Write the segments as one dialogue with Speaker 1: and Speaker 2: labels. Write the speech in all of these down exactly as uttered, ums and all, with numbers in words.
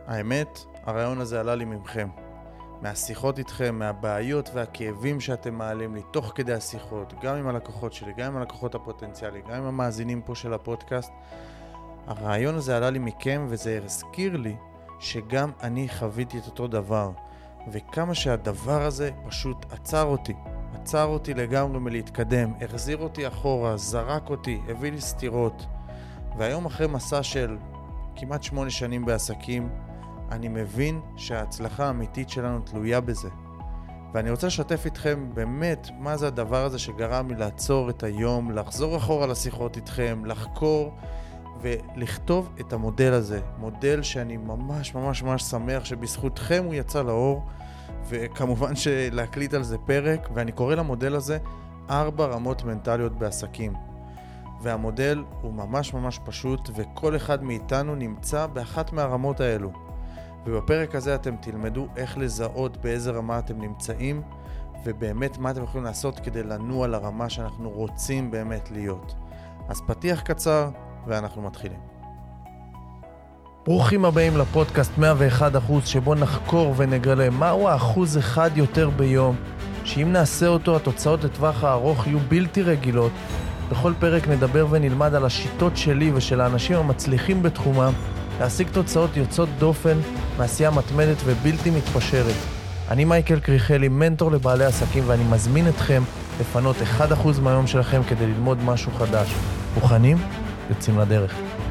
Speaker 1: האמת, הרעיון הזה עלה לי ממכם. מהשיחות איתכם, מהבעיות והכאבים שאתם מעלים לי תוך כדי השיחות, גם עם הלקוחות שלי, גם עם הלקוחות הפוטנציאליים, גם עם המאזינים פה של הפודקאסט. הרעיון הזה עלה לי מכם וזה הזכיר לי שגם אני חוויתי את אותו דבר. וכמה שהדבר הזה פשוט עצר אותי. עצר אותי לגמרי מלהתקדם, החזיר אותי אחורה, זרק אותי, הביא לי סתירות. והיום אחרי מסע של כמעט שמונה שנים בעסקים, אני מבין שההצלחה האמיתית שלנו תלויה בזה. ואני רוצה לשתף איתכם באמת מה זה הדבר הזה שגרם לי לעצור את היום, לחזור אחורה לשיחות איתכם, לחקור ולכתוב את המודל הזה. מודל שאני ממש ממש ממש שמח שבזכותכם הוא יצא לאור, וכמובן שלהקליט על זה פרק, ואני קורא למודל הזה ארבע רמות מנטליות בעסקים. והמודל הוא ממש ממש פשוט, וכל אחד מאיתנו נמצא באחת מהרמות האלו. ובפרק הזה אתם תלמדו איך לזהות באיזה רמה אתם נמצאים, ובאמת מה אתם יכולים לעשות כדי לנוע לרמה שאנחנו רוצים באמת להיות. אז פתיח קצר, ואנחנו מתחילים.
Speaker 2: ברוכים הבאים לפודקאסט מאה ואחד אחוז, שבו נחקור ונגלה מהו האחוז אחד יותר ביום, שאם נעשה אותו התוצאות לטווח הארוך יהיו בלתי רגילות. בכל פרק נדבר ונלמד על השיטות שלי ושל האנשים המצליחים בתחומם, להשיג תוצאות יוצאות דופן, מעשייה מתמדת ובלתי מתפשרת. אני מייקל קריכלי, מנטור לבעלי עסקים, ואני מזמין אתכם לפנות אחד אחוז מהיום שלכם כדי ללמוד משהו חדש. מוכנים? יוצאים לדרך.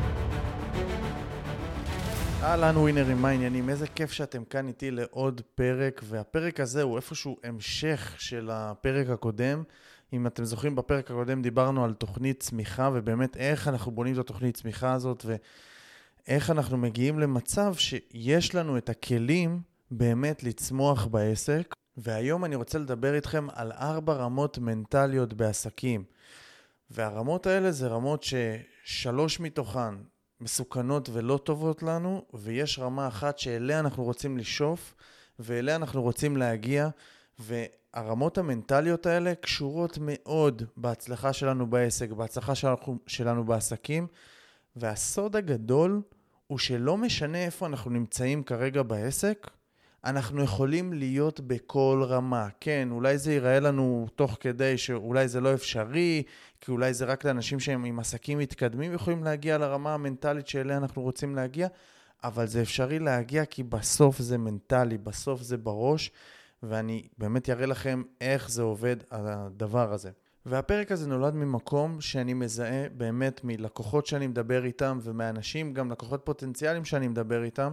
Speaker 1: אהלן ווינרים, מה העניינים? איזה כיף שאתם כאן איתי לעוד פרק, והפרק הזה הוא איפשהו המשך של הפרק הקודם. אם אתם זוכרים, בפרק הקודם דיברנו על תוכנית צמיחה, ובאמת איך אנחנו בונים את התוכנית צמיחה הזאת, ואיך אנחנו מגיעים למצב שיש לנו את הכלים באמת לצמוח בעסק. והיום אני רוצה לדבר איתכם על ארבע רמות מנטליות בעסקים. והרמות האלה זה רמות ששלוש מתוכן מסוכנות ולא טובות לנו, ויש רמה אחת שאליה אנחנו רוצים לשאוף, ואליה אנחנו רוצים להגיע, והרמות המנטליות האלה קשורות מאוד בהצלחה שלנו בעסק, בהצלחה שלנו, שלנו בעסקים, והסוד הגדול הוא שלא משנה איפה אנחנו נמצאים כרגע בעסק, אנחנו יכולים להיות בכל רמה. כן, אולי זה ייראה לנו תוך כדי שאולי זה לא אפשרי, כי אולי זה רק לאנשים שהם עם עסקים מתקדמים יכולים להגיע לרמה המנטלית שאליה אנחנו רוצים להגיע, אבל זה אפשרי להגיע כי בסוף זה מנטלי, בסוף זה בראש, ואני באמת אראה לכם איך זה עובד הדבר הזה. והפרק הזה נולד ממקום שאני מזהה באמת מלקוחות שאני מדבר איתם, ומאנשים, גם לקוחות פוטנציאליים שאני מדבר איתם,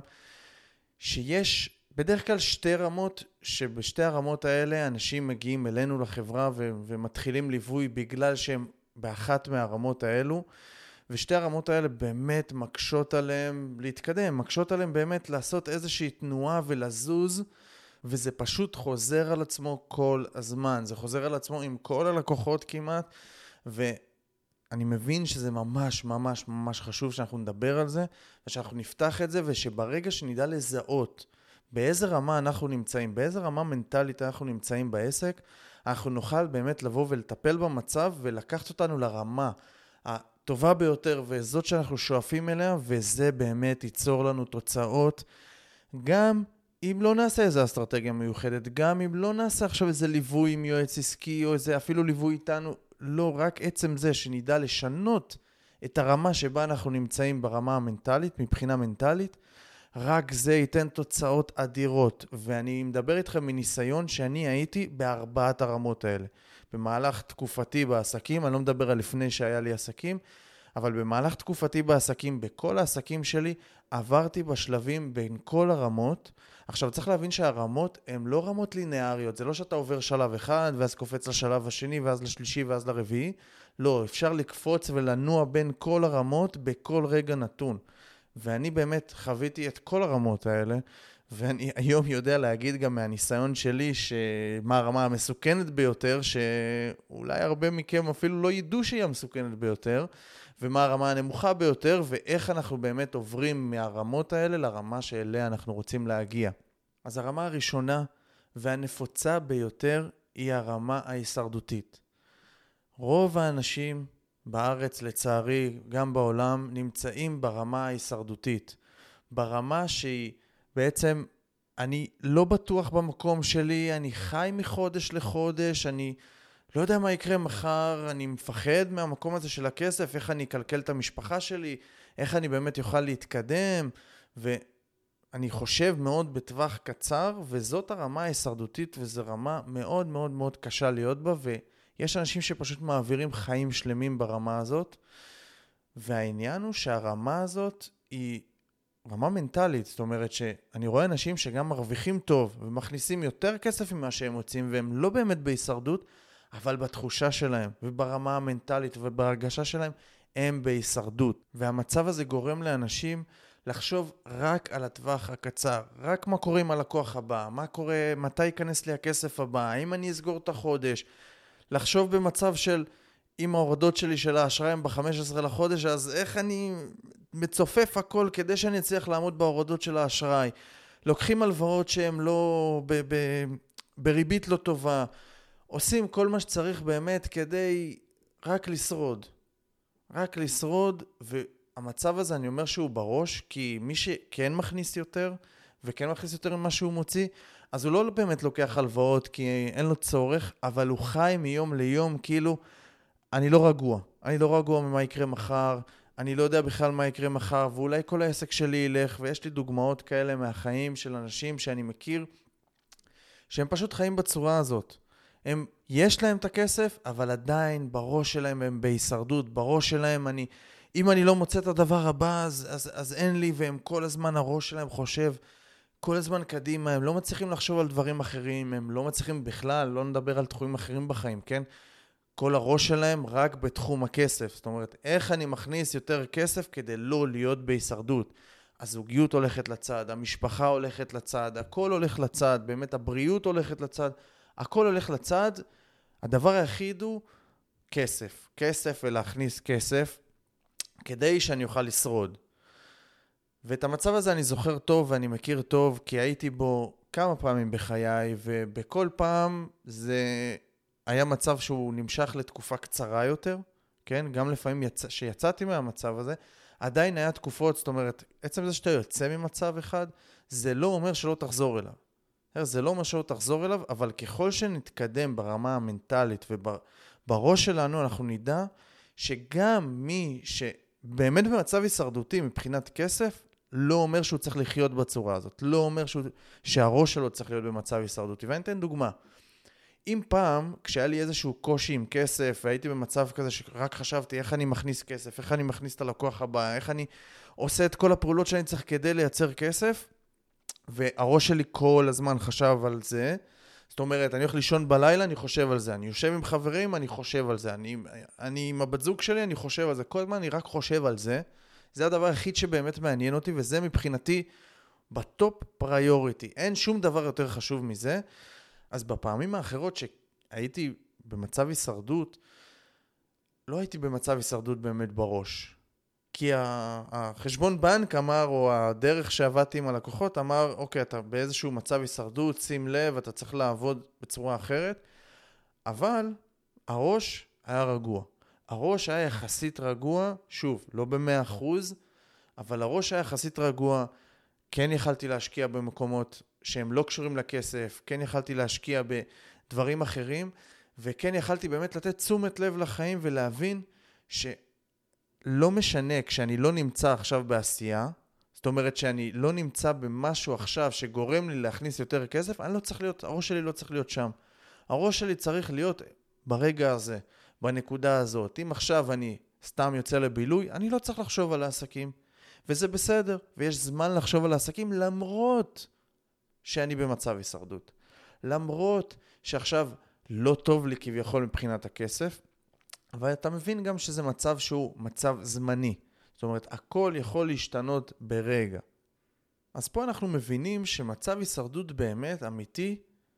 Speaker 1: שיש בדרך כלל שתי רמות, שבשתי הרמות האלה אנשים מגיעים אלינו לחברה ו- ומתחילים ליווי בגלל שהם באחת מהרמות האלו, ושתי הרמות האלה באמת מקשות עליהם להתקדם, מקשות עליהם באמת לעשות איזושהי תנועה ולזוז, וזה פשוט חוזר על עצמו כל הזמן, זה חוזר על עצמו עם כל הלקוחות כמעט, ואני מבין שזה ממש ממש ממש חשוב שאנחנו נדבר על זה, ושאנחנו נפתח את זה, ושברגע שנדע לזהות באיזה רמה אנחנו נמצאים, באיזה רמה מנטלית אנחנו נמצאים בעסק, אנחנו נוכל באמת לבוא ולטפל במצב ולקחת אותנו לרמה הטובה ביותר וזאת שאנחנו שואפים אליה, וזה באמת ייצור לנו תוצאות, גם אם לא נעשה איזה אסטרטגיה מיוחדת, גם אם לא נעשה עכשיו איזה ליווי עם יועץ עסקי או איזה אפילו ליווי איתנו, לא, רק עצם זה שנדע לשנות את הרמה שבה אנחנו נמצאים ברמה המנטלית, מבחינה מנטלית, רק זה ייתן תוצאות אדירות. ואני מדבר איתכם מניסיון שאני הייתי בארבעת הרמות האלה. במהלך תקופתי בעסקים, אני לא מדבר על לפני שהיה לי עסקים, אבל במהלך תקופתי בעסקים, בכל העסקים שלי, עברתי בשלבים בין כל הרמות. עכשיו צריך להבין שהרמות הן לא רמות לינאריות, זה לא שאתה עובר שלב אחד ואז קופץ לשלב השני ואז לשלישי ואז לרביעי. לא, אפשר לקפוץ ולנוע בין כל הרמות בכל רגע נתון. ואני באמת חוויתי את כל הרמות האלה, ואני היום יודע להגיד גם מהניסיון שלי שמה הרמה המסוכנת ביותר, שאולי הרבה מכם אפילו לא ידעו שהיא המסוכנת ביותר, ומה הרמה הנמוכה ביותר, ואיך אנחנו באמת עוברים מהרמות האלה לרמה שאליה אנחנו רוצים להגיע. אז הרמה הראשונה והנפוצה ביותר היא הרמה ההישרדותית. רוב האנשים בארץ, לצערי, גם בעולם, נמצאים ברמה ההישרדותית. ברמה שהיא בעצם אני לא בטוח במקום שלי, אני חי מחודש לחודש, אני לא יודע מה יקרה מחר, אני מפחד מהמקום הזה של הכסף, איך אני אקלקל את המשפחה שלי, איך אני באמת יוכל להתקדם, ואני חושב מאוד בטווח קצר, וזאת הרמה ההישרדותית, וזו רמה מאוד מאוד מאוד קשה להיות בה, ויש אנשים שפשוט מעבירים חיים שלמים ברמה הזאת, והעניין הוא שהרמה הזאת היא רמה מנטלית, זאת אומרת שאני רואה אנשים שגם מרוויחים טוב, ומכניסים יותר כסף ממה שהם רוצים, והם לא באמת בהישרדות, אבל בתחושה שלהם, וברמה המנטלית, ובהרגשה שלהם, הם בהישרדות. והמצב הזה גורם לאנשים לחשוב רק על הטווח הקצר, רק מה קורה עם הלקוח הבא, מה קורה, מתי ייכנס לי הכסף הבא, האם אני אסגור את החודש, לחשוב במצב של, אם ההורדות שלי של האשראי הם ב-חמישה עשר לחודש, אז איך אני מצופף הכל כדי שאני אצליח לעמוד בהורדות של האשראי. לוקחים הלוואות שהן לא, ב- ב- בריבית לא טובה, עושים כל מה שצריך באמת כדי רק לשרוד. רק לשרוד, והמצב הזה אני אומר שהוא בראש, כי מי שכן מכניס יותר, וכן מכניס יותר ממה שהוא מוציא, אז הוא לא באמת לוקח הלוואות כי אין לו צורך, אבל הוא חי מיום ליום כאילו, אני לא רגוע. אני לא רגוע ממה יקרה מחר, אני לא יודע בכלל מה יקרה מחר, ואולי כל העסק שלי ילך, ויש לי דוגמאות כאלה מהחיים של אנשים שאני מכיר, שהם פשוט חיים בצורה הזאת. הם, יש להם את הכסף, אבל עדיין בראש שלהם הם בהישרדות, בראש שלהם אני, אם אני לא מוצא את הדבר הבא, אז, אז, אז אין לי, והם כל הזמן הראש שלהם חושב, כל הזמן קדימה, הם לא מצליחים לחשוב על דברים אחרים, הם לא מצליחים בכלל, לא נדבר על תחומים אחרים בחיים, כן? כל הראש שלהם רק בתחום הכסף, זאת אומרת, איך אני מכניס יותר כסף כדי לא להיות בהישרדות. הזוגיות הולכת לצד, המשפחה הולכת לצד, הכל הולך לצד, באמת הבריאות הולכת לצד, הכל הולך לצד, הדבר היחיד הוא כסף, כסף ולהכניס כסף, כדי שאני אוכל לשרוד. ואת המצב הזה אני זוכר טוב ואני מכיר טוב, כי הייתי בו כמה פעמים בחיי, ובכל פעם זה היה מצב שהוא נמשך לתקופה קצרה יותר, כן? גם לפעמים יצ... שיצאתי מהמצב הזה, עדיין היה תקופות, זאת אומרת, עצם זה שאתה יוצא ממצב אחד, זה לא אומר שלא תחזור אליו. זה לא אומר שלא תחזור אליו, אבל ככל שנתקדם ברמה המנטלית ובראש שלנו, אנחנו נדע שגם מי שבאמת במצב הישרדותי מבחינת כסף, לא אומר שהוא צריך לחיות בצורה הזאת. לא אומר שהוא... שהראש שלו צריך להיות במצב הישרדותי. ואני אתן דוגמה. אם פעם, כשהיה לי איזשהו קושי עם כסף, והייתי במצב כזה שרק חשבתי איך אני מכניס כסף, איך אני מכניס את הלקוח הבא, איך אני עושה את כל הפעולות שאני צריך כדי לייצר כסף, והראש שלי כל הזמן חשב על זה. זאת אומרת, אני הולך לישון בלילה, אני חושב על זה. אני יושב עם חברים, אני חושב על זה. אני, אני עם הבת זוג שלי, אני חושב על זה. כל הזמן אני רק חושב על זה. זה הדבר היחיד שבאמת מעניין אותי, וזה מבחינתי בטופ פריוריטי. אין שום דבר יותר חשוב מזה. אז בפעמים האחרות שהייתי במצב הישרדות, לא הייתי במצב הישרדות באמת בראש. כי החשבון בנק אמר, או הדרך שעבדתי עם הלקוחות אמר, אוקיי, אתה באיזשהו מצב הישרדות, שים לב, אתה צריך לעבוד בצורה אחרת, אבל הראש היה רגוע. הראש היה יחסית רגוע, שוב, לא במאה אחוז, אבל הראש היה יחסית רגוע, כן יכלתי להשקיע במקומות שהם לא קשורים לכסף, כן יכלתי להשקיע בדברים אחרים, וכן יכלתי באמת לתת תשומת לב לחיים ולהבין שלא משנה כשאני לא נמצא עכשיו בעשייה, זאת אומרת שאני לא נמצא במשהו עכשיו שגורם לי להכניס יותר כסף, אני לא צריך להיות, הראש שלי לא צריך להיות שם. הראש שלי צריך להיות ברגע הזה, בנקודה הזאת. אם עכשיו אני סתם יוצא לבילוי, אני לא צריך לחשוב על העסקים. וזה בסדר, ויש זמן לחשוב על העסקים למרות שאני במצב הישרדות. למרות שעכשיו לא טוב לי כביכול מבחינת הכסף, אבל אתה מבין גם שזה מצב שהוא מצב זמני. זאת אומרת, הכל יכול להשתנות ברגע. אז פה אנחנו מבינים שמצב הישרדות באמת אמיתי,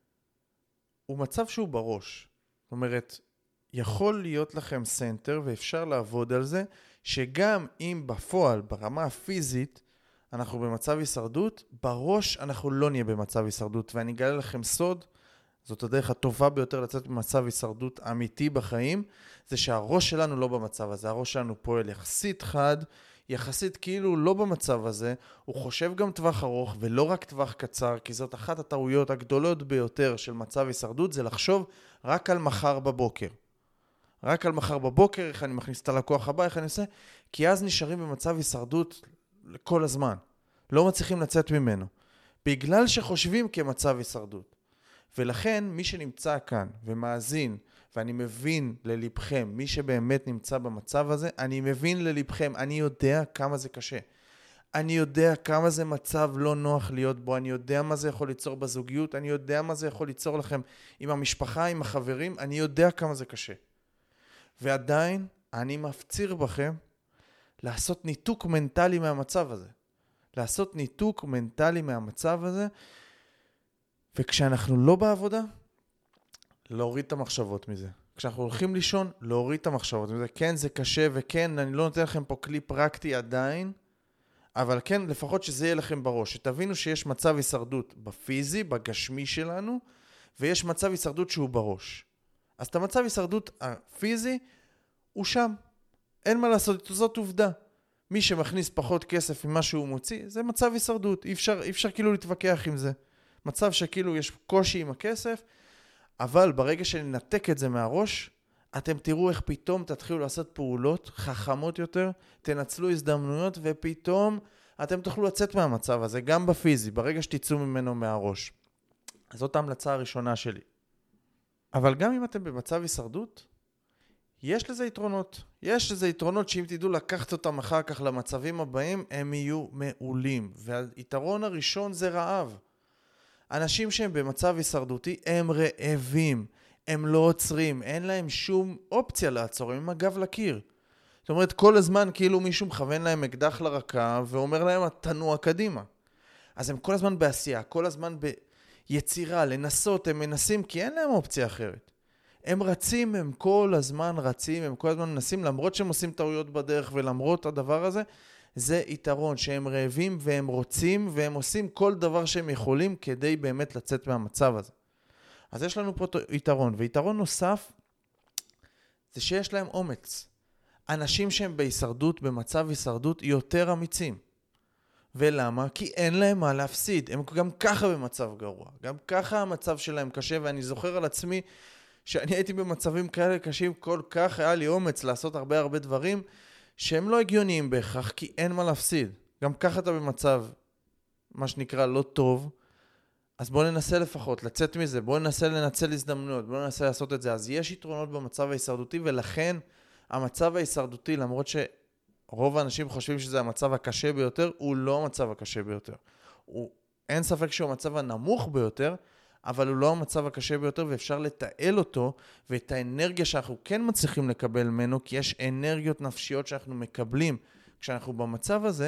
Speaker 1: הוא מצב שהוא בראש. זאת אומרת, יכול להיות לכם סנטר ואפשר לעבוד על זה, שגם אם בפועל, ברמה הפיזית, אנחנו במצב הישרדות, בראש אנחנו לא נהיה במצב הישרדות. ואני אגלה לכם סוד, זאת הדרך הטובה ביותר לצאת במצב הישרדות אמיתי בחיים, זה שהראש שלנו לא במצב הזה. הראש שלנו פועל יחסית חד, יחסית כאילו לא במצב הזה, הוא חושב גם טווח ארוך ולא רק טווח קצר, כי זאת אחת הטעויות הגדולות ביותר של מצב הישרדות, זה לחשוב רק על מחר בבוקר. רק על מחר בבוקר, איך אני מכניס את הלקוח הבא, איך אני עושה, כי אז נשארים במצב הישרדות כל הזמן. לא מצליחים לצאת ממנו. בגלל שחושבים כמצב הישרדות. ולכן מי שנמצא כאן ומאזין, ואני מבין ללבכם, מי שבאמת נמצא במצב הזה, אני מבין ללבכם, אני יודע כמה זה קשה. אני יודע כמה זה מצב לא נוח להיות בו, אני יודע מה זה יכול ליצור בזוגיות, אני יודע מה זה יכול ליצור לכם עם המשפחה, עם החברים, אני יודע כמה זה קשה. ועדיין אני מפציר בכם לעשות ניתוק מנטלי מהמצב הזה. לעשות ניתוק מנטלי מהמצב הזה, וכשאנחנו לא בעבודה, להוריד את המחשבות מזה. כשאנחנו הולכים לישון, להוריד את המחשבות מזה. כן, זה קשה, וכן, אני לא נותן לכם פה כלי פרקטי עדיין, אבל כן, לפחות שזה יהיה לכם בראש. שתבינו שיש מצב הישרדות בפיזי, בגשמי שלנו, ויש מצב הישרדות שהוא בראש. אז את המצב הישרדות הפיזי, הוא שם. אין מה לעשות, זאת עובדה. מי שמכניס פחות כסף ממה שהוא מוציא, זה מצב הישרדות. אי אפשר, אי אפשר כאילו להתווכח עם זה. מצב שכאילו יש קושי עם הכסף, אבל ברגע שננתק את זה מהראש, אתם תראו איך פתאום תתחילו לעשות פעולות חכמות יותר, תנצלו הזדמנויות, ופתאום אתם תוכלו לצאת מהמצב הזה, גם בפיזי, ברגע שתצאו ממנו מהראש. אז זאת ההמלצה הראשונה שלי. אבל גם אם אתם במצב הישרדות, יש לזה יתרונות. יש לזה יתרונות שאם תדעו לקחת אותם אחר כך למצבים הבאים, הם יהיו מעולים. והיתרון הראשון זה רעב. אנשים שהם במצב הישרדותי הם רעבים, הם לא עוצרים, אין להם שום אופציה לעצור, הם עם הגב לקיר. זאת אומרת, כל הזמן כאילו מישהו מכוון להם אקדח לרקה ואומר להם, תנוע קדימה. אז הם כל הזמן בעשייה, כל הזמן ביצירה, לנסות, הם מנסים כי אין להם אופציה אחרת. הם רצים, הם כל הזמן רצים, הם כל הזמן מנסים, למרות שהם עושים טעויות בדרך ולמרות הדבר הזה, זה יתרון שהם רעבים והם רוצים והם עושים כל דבר שהם יכולים כדי באמת לצאת מהמצב הזה. אז יש לנו פה יתרון, ויתרון נוסף זה שיש להם אומץ. אנשים שהם בהישרדות, במצב הישרדות, יותר אמיצים. ולמה? כי אין להם מה להפסיד. הם גם ככה במצב גרוע. גם ככה המצב שלהם קשה, ואני זוכר על עצמי שאני הייתי במצבים כאלה קשים כל כך, היה לי אומץ לעשות הרבה הרבה דברים, שהם לא הגיוניים בהכרח, כי אין מה להפסיד. גם ככה אתה במצב, מה שנקרא, לא טוב, אז בואו ננסה לפחות לצאת מזה, בואו ננסה לנצל הזדמנויות, בואו ננסה לעשות את זה. אז יש יתרונות במצב ההישרדותי, ולכן המצב ההישרדותי, למרות שרוב האנשים חושבים שזה המצב הקשה ביותר, הוא לא המצב הקשה ביותר. הוא, אין ספק שהוא המצב הנמוך ביותר, אבל הוא לא המצב הקשה ביותר, ואפשר לתעל אותו, ואת האנרגיה שאנחנו כן מצליחים לקבל ממנו, כי יש אנרגיות נפשיות שאנחנו מקבלים כשאנחנו במצב הזה,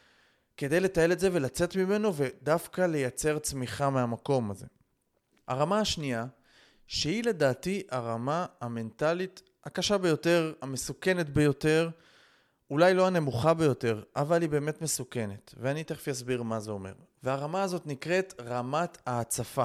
Speaker 1: כדי לתעל את זה ולצאת ממנו, ודווקא לייצר צמיחה מהמקום הזה. הרמה השנייה, שהיא לדעתי הרמה המנטלית הקשה ביותר, המסוכנת ביותר, אולי לא הנמוכה ביותר, אבל היא באמת מסוכנת, ואני תכף אסביר מה זה אומר. והרמה הזאת נקראת רמת ההצפה.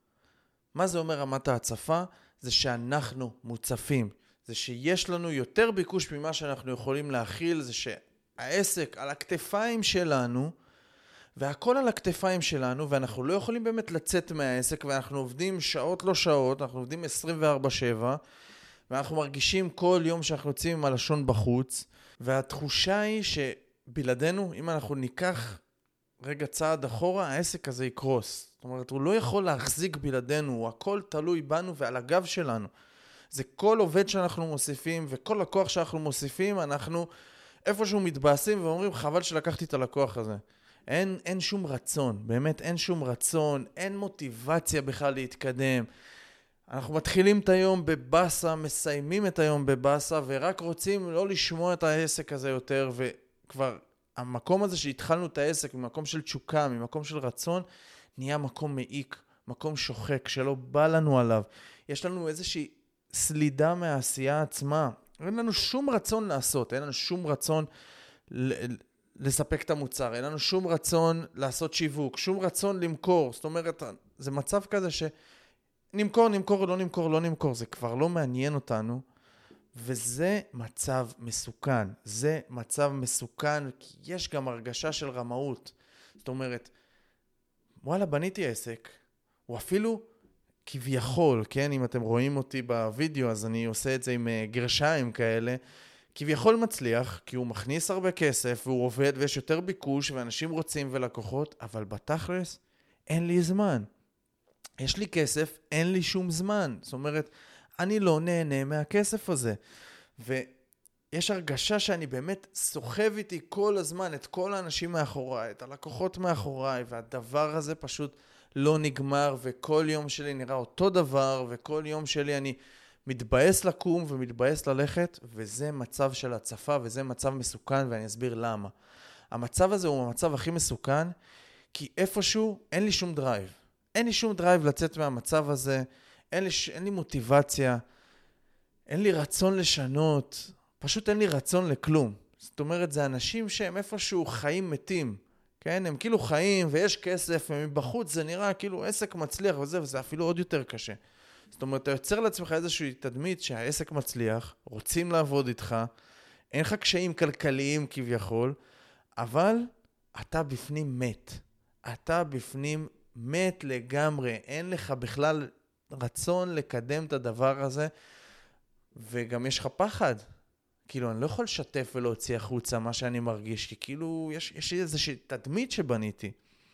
Speaker 1: מה זה אומר רמת ההצפה? זה שאנחנו מוצפים. זה שיש לנו יותר ביקוש ממה שאנחנו יכולים להכיל. זה שהעסק על הכתפיים שלנו, והכל על הכתפיים שלנו, ואנחנו לא יכולים באמת לצאת מהעסק, ואנחנו עובדים שעות לא שעות, אנחנו עובדים עשרים וארבע שבע, ואנחנו מרגישים כל יום שאנחנו יוצאים עם הלשון בחוץ, והתחושה היא שבלעדינו, אם אנחנו ניקח רגע צעד אחורה, העסק הזה יקרוס. זאת אומרת, הוא לא יכול להחזיק בלעדינו, הוא הכל תלוי בנו ועל הגב שלנו. זה כל עובד שאנחנו מוסיפים, וכל לקוח שאנחנו מוסיפים, אנחנו איפשהו מתבאסים ואומרים, חבל שלקחתי את הלקוח הזה. אין, אין שום רצון, באמת אין שום רצון, אין מוטיבציה בכלל להתקדם. אנחנו מתחילים את היום בבאסה, מסיימים את היום בבאסה, ורק רוצים לא לשמוע את העסק הזה יותר, וכבר המקום הזה שהתחלנו את העסק, ממקום של תשוקה, ממקום של רצון, נהיה מקום מעיק, מקום שוחק, שלא בא לנו עליו. יש לנו איזושהי סלידה מהעשייה עצמה. אין לנו שום רצון לעשות, אין לנו שום רצון ל- לספק את המוצר, אין לנו שום רצון לעשות שיווק, שום רצון למכור. זאת אומרת, זה מצב כזה שנמכור, נמכור, לא נמכור, לא נמכור. זה כבר לא מעניין אותנו. וזה מצב מסוכן. זה מצב מסוכן, כי יש גם הרגשה של רמאות. זאת אומרת, וואלה, בניתי עסק, הוא אפילו כביכול, כן, אם אתם רואים אותי בווידאו, אז אני עושה את זה עם גרשיים כאלה, כביכול מצליח, כי הוא מכניס הרבה כסף, והוא עובד, ויש יותר ביקוש, ואנשים רוצים ולקוחות, אבל בתכלס, אין לי זמן. יש לי כסף, אין לי שום זמן. זאת אומרת, אני לא נהנה מהכסף הזה. ויש הרגשה שאני באמת סוחב איתי כל הזמן את כל האנשים מאחוריי, את הלקוחות מאחוריי, והדבר הזה פשוט לא נגמר, וכל יום שלי נראה אותו דבר, וכל יום שלי אני מתבאס לקום ומתבאס ללכת, וזה מצב של הצפה, וזה מצב מסוכן, ואני אסביר למה. המצב הזה הוא המצב הכי מסוכן, כי איפשהו אין לי שום דרייב. אין לי שום דרייב לצאת מהמצב הזה, אין לי, אין לי מוטיבציה, אין לי רצון לשנות, פשוט אין לי רצון לכלום. זאת אומרת, זה אנשים שהם איפשהו חיים מתים, כן? הם כאילו חיים ויש כסף, ומבחוץ זה נראה כאילו עסק מצליח וזה, וזה אפילו עוד יותר קשה. זאת אומרת, אתה יוצר לעצמך איזושהי תדמית שהעסק מצליח, רוצים לעבוד איתך, אין לך קשיים כלכליים כביכול, אבל אתה בפנים מת. אתה בפנים מת לגמרי, אין לך בכלל רצון לקדם את הדבר הזה, וגם יש לך פחד. כאילו, אני לא יכול לשתף ולהוציא החוצה מה שאני מרגיש, כי כאילו, יש, יש איזושהי תדמית שבניתי.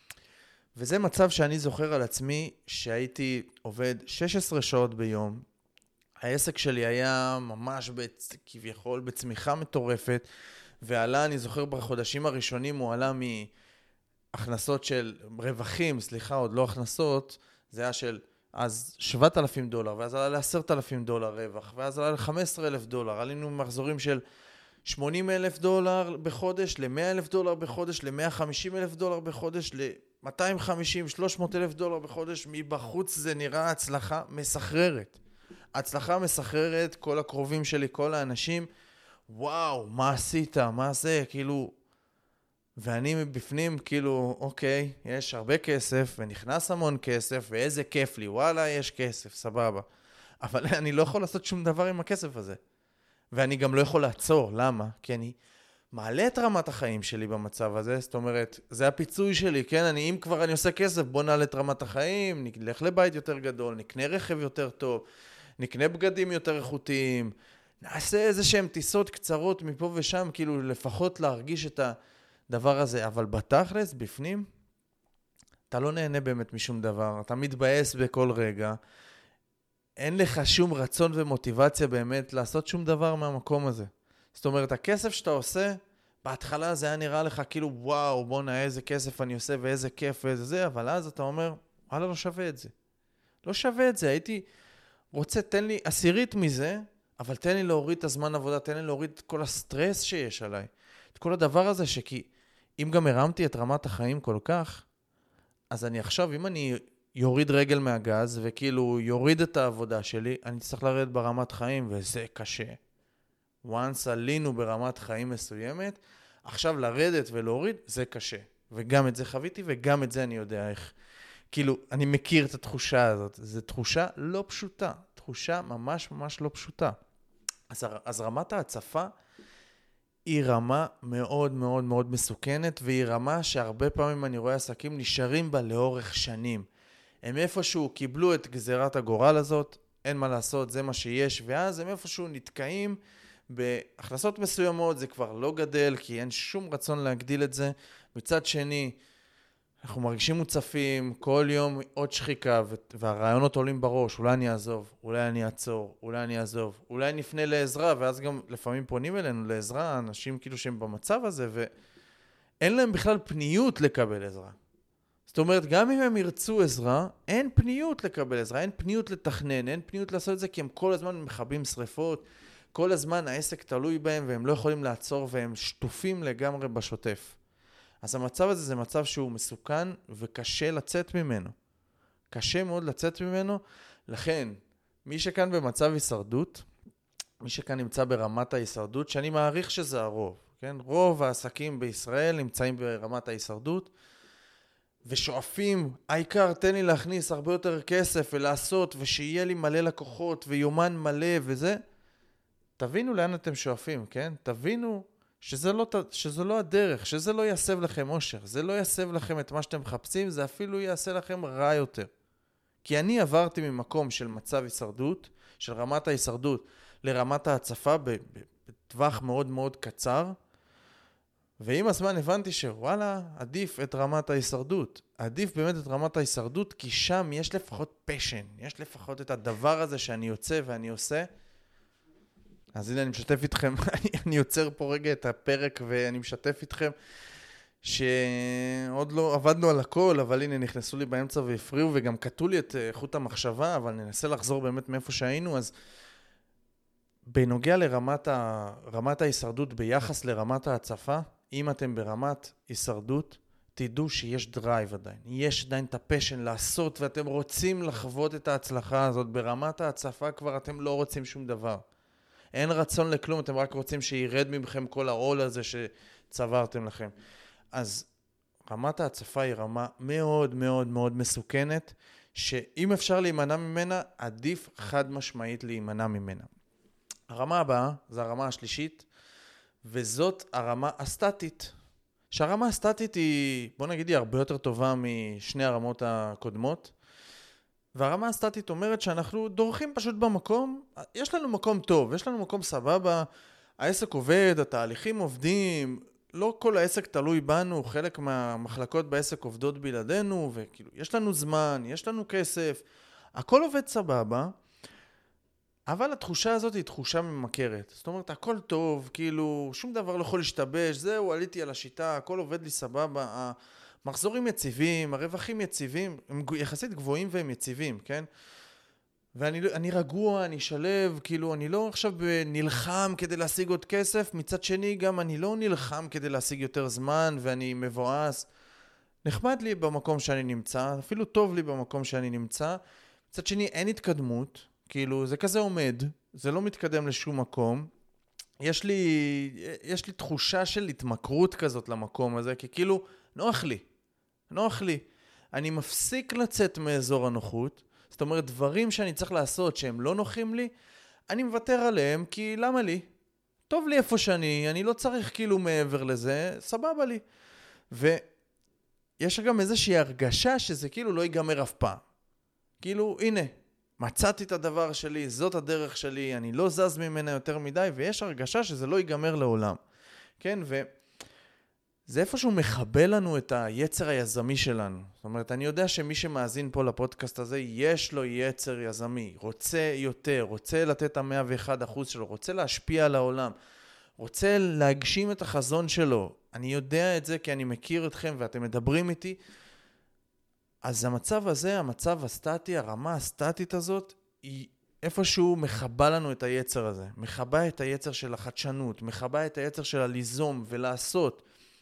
Speaker 1: וזה מצב שאני זוכר על עצמי, שהייתי עובד שש עשרה שעות ביום, העסק שלי היה ממש בצ... כביכול בצמיחה מטורפת, ועלה, אני זוכר בחודשים הראשונים, הוא עלה מהכנסות של רווחים, סליחה, עוד לא הכנסות, זה היה של אז שבעת אלפים דולר, ואז עלה ל-עשרת אלפים דולר רווח, ואז עלה ל-חמישה עשר אלף דולר, עלינו מחזורים של שמונים אלף דולר בחודש, ל-מאה אלף דולר בחודש, ל-מאה וחמישים אלף דולר בחודש, ל-מאתיים וחמישים שלוש מאות אלף דולר בחודש. מבחוץ זה נראה הצלחה מסחררת. הצלחה מסחררת, כל הקרובים שלי, כל האנשים, וואו, מה עשית? מה זה? כאילו, ואני מבפנים, כאילו, אוקיי, יש הרבה כסף, ונכנס המון כסף, ואיזה כיף לי, וואלה, יש כסף, סבבה. אבל אני לא יכול לעשות שום דבר עם הכסף הזה. ואני גם לא יכול לעצור, למה? כי אני מעלה את רמת החיים שלי במצב הזה, זאת אומרת, זה הפיצוי שלי, כן? אני, אם כבר אני עושה כסף, בוא נעלה את רמת החיים, נלך לבית יותר גדול, נקנה רכב יותר טוב, נקנה בגדים יותר איכותיים, נעשה איזה שהם טיסות קצרות מפה ושם, כאילו לפחות להרגיש את הדבר הזה, אבל בתכלס, בפנים, אתה לא נהנה באמת משום דבר, אתה מתבאס בכל רגע, אין לך שום רצון ומוטיבציה באמת לעשות שום דבר מהמקום הזה. זאת אומרת, הכסף שאתה עושה, בהתחלה זה היה נראה לך כאילו, וואו, בוא נראה איזה כסף אני עושה ואיזה כיף ואיזה זה, אבל אז אתה אומר, וואלה, לא שווה את זה. לא שווה את זה, הייתי רוצה, תן לי עשירית מזה, אבל תן לי להוריד את הזמן עבודה, תן לי להוריד את כל הסטרס שיש עליי. את כל הדבר הזה שכי, אם גם הרמתי את רמת החיים כל כך, אז אני עכשיו, אם אני יוריד רגל מהגז, וכאילו יוריד את העבודה שלי, אני צריך לרדת ברמת חיים, וזה קשה. once עלינו ברמת חיים מסוימת, עכשיו לרדת ולהוריד, זה קשה. וגם את זה חוויתי, וגם את זה אני יודע איך. כאילו, אני מכיר את התחושה הזאת. זו תחושה לא פשוטה. תחושה ממש ממש לא פשוטה. אז, אז רמת ההצפה היא רמה מאוד מאוד מאוד מסוכנת, והיא רמה שהרבה פעמים אני רואה עסקים נשארים בה לאורך שנים. הם איפשהו קיבלו את גזירת הגורל הזאת, אין מה לעשות, זה מה שיש, ואז הם איפשהו נתקעים בהכנסות מסוימות, זה כבר לא גדל, כי אין שום רצון להגדיל את זה. מצד שני, אנחנו מרגישים מוצפים, כל יום עוד שחיקה, והרעיונות עולים בראש, אולי אני אעזוב, אולי אני אעצור, אולי אני אעזוב, אולי נפנה לעזרה, ואז גם לפעמים פונים אלינו לעזרה, אנשים כאילו שהם במצב הזה, ואין להם בכלל פניות לקבל עזרה. זאת אומרת, גם אם הם ירצו עזרה, אין פניות לקבל עזרה, אין פניות לתכנן, אין פניות לעשות את זה, כי הם כל הזמן מחבים שריפות, כל הזמן העסק תלוי בהם, והם לא יכולים לעצור, והם שטופים לגמרי בשוטף. אז המצב הזה זה מצב שהוא מסוכן, וקשה לצאת ממנו. קשה מאוד לצאת ממנו, לכן, מי שכאן במצב הישרדות, מי שכאן נמצא ברמת ההישרדות, שאני מעריך שזה הרוב, כן? רוב העסקים בישראל נמצאים ברמת ההישרדות, ושואפים, העיקר תן לי להכניס הרבה יותר כסף ולעשות, ושיהיה לי מלא לקוחות ויומן מלא וזה, תבינו לאן אתם שואפים, כן? תבינו שזה לא, שזה לא הדרך, שזה לא יסב לכם אושר, זה לא יסב לכם את מה שאתם מחפשים, זה אפילו יעשה לכם רע יותר. כי אני עברתי ממקום של מצב הישרדות, של רמת ההישרדות, לרמת ההצפה בטווח מאוד מאוד קצר, ועם הזמן הבנתי שוואלה, עדיף את רמת ההישרדות. עדיף באמת את רמת ההישרדות, כי שם יש לפחות פשן, יש לפחות את הדבר הזה שאני יוצא ואני עושה. אז הנה אני משתף איתכם, אני יוצר פה רגע את הפרק ואני משתף איתכם, שעוד לא עבדנו על הכל, אבל הנה נכנסו לי באמצע והפריעו, וגם קטעו לי את איכות המחשבה, אבל ננסה לחזור באמת מאיפה שהיינו. אז בנוגע לרמת ה... רמת ההישרדות ביחס לרמת ההצפה, אם אתם ברמת הישרדות, תדעו שיש דרייב עדיין. יש עדיין את הפשן לעשות, ואתם רוצים לחוות את ההצלחה הזאת. ברמת ההצפה כבר אתם לא רוצים שום דבר. אין רצון לכלום, אתם רק רוצים שירד ממכם כל העול הזה שצברתם לכם. אז רמת ההצפה היא רמה מאוד מאוד מאוד מסוכנת, שאם אפשר להימנע ממנה, עדיף חד משמעית להימנע ממנה. הרמה הבאה, זה הרמה השלישית, וזאת הרמה הסטטית. שהרמה הסטטית היא, בוא נגיד, היא הרבה יותר טובה משני הרמות הקודמות. והרמה הסטטית אומרת שאנחנו דורכים פשוט במקום, יש לנו מקום טוב, יש לנו מקום סבבה, העסק עובד, התהליכים עובדים, לא כל העסק תלוי בנו, חלק מהמחלקות בעסק עובדות בלעדינו, וכאילו, יש לנו זמן, יש לנו כסף, הכל עובד סבבה, אבל התחושה הזאת היא תחושה ממכרת. זאת אומרת, הכל טוב, כאילו, שום דבר לא יכול להשתבש, זהו, עליתי על השיטה, הכל עובד לי סבבה, המחזורים יציבים, הרווחים יציבים, הם יחסית גבוהים והם יציבים, כן? ואני אני רגוע, אני שלב, כאילו, אני לא עכשיו נלחם כדי להשיג עוד כסף, מצד שני גם אני לא נלחם כדי להשיג יותר זמן, ואני מבואס. נחמד לי במקום שאני נמצא, אפילו טוב לי במקום שאני נמצא, מצד שני אין התקדמות, כאילו, זה כזה עומד, זה לא מתקדם לשום מקום. יש לי, יש לי תחושה של התמכרות כזאת למקום הזה, כי כאילו, נוח לי, נוח לי. אני מפסיק לצאת מאזור הנוחות, זאת אומרת, דברים שאני צריך לעשות שהם לא נוחים לי, אני מוותר עליהם, כי למה לי? טוב לי איפה שאני, אני לא צריך כאילו מעבר לזה, סבבה לי. ויש גם איזושהי הרגשה שזה כאילו לא ייגמר אף פעם. כאילו, הנה, מצאתי את הדבר שלי, זאת הדרך שלי, אני לא זז ממנה יותר מדי, ויש הרגשה שזה לא ייגמר לעולם. כן, וזה איפשהו מחבל לנו את היצר היזמי שלנו. זאת אומרת, אני יודע שמי שמאזין פה לפודקאסט הזה, יש לו יצר יזמי, רוצה יותר, רוצה לתת את ה-מאה ואחד אחוז שלו, רוצה להשפיע על העולם, רוצה להגשים את החזון שלו. אני יודע את זה כי אני מכיר אתכם ואתם מדברים איתי, אז המצב הזה, המצב הסטטי, הרמה הסטטית הזאת, היא איפשהו מחבה לנו את היצר הזה. מחבה את היצר של החדשנות, מחבה את היצר של הליזום ולעשות.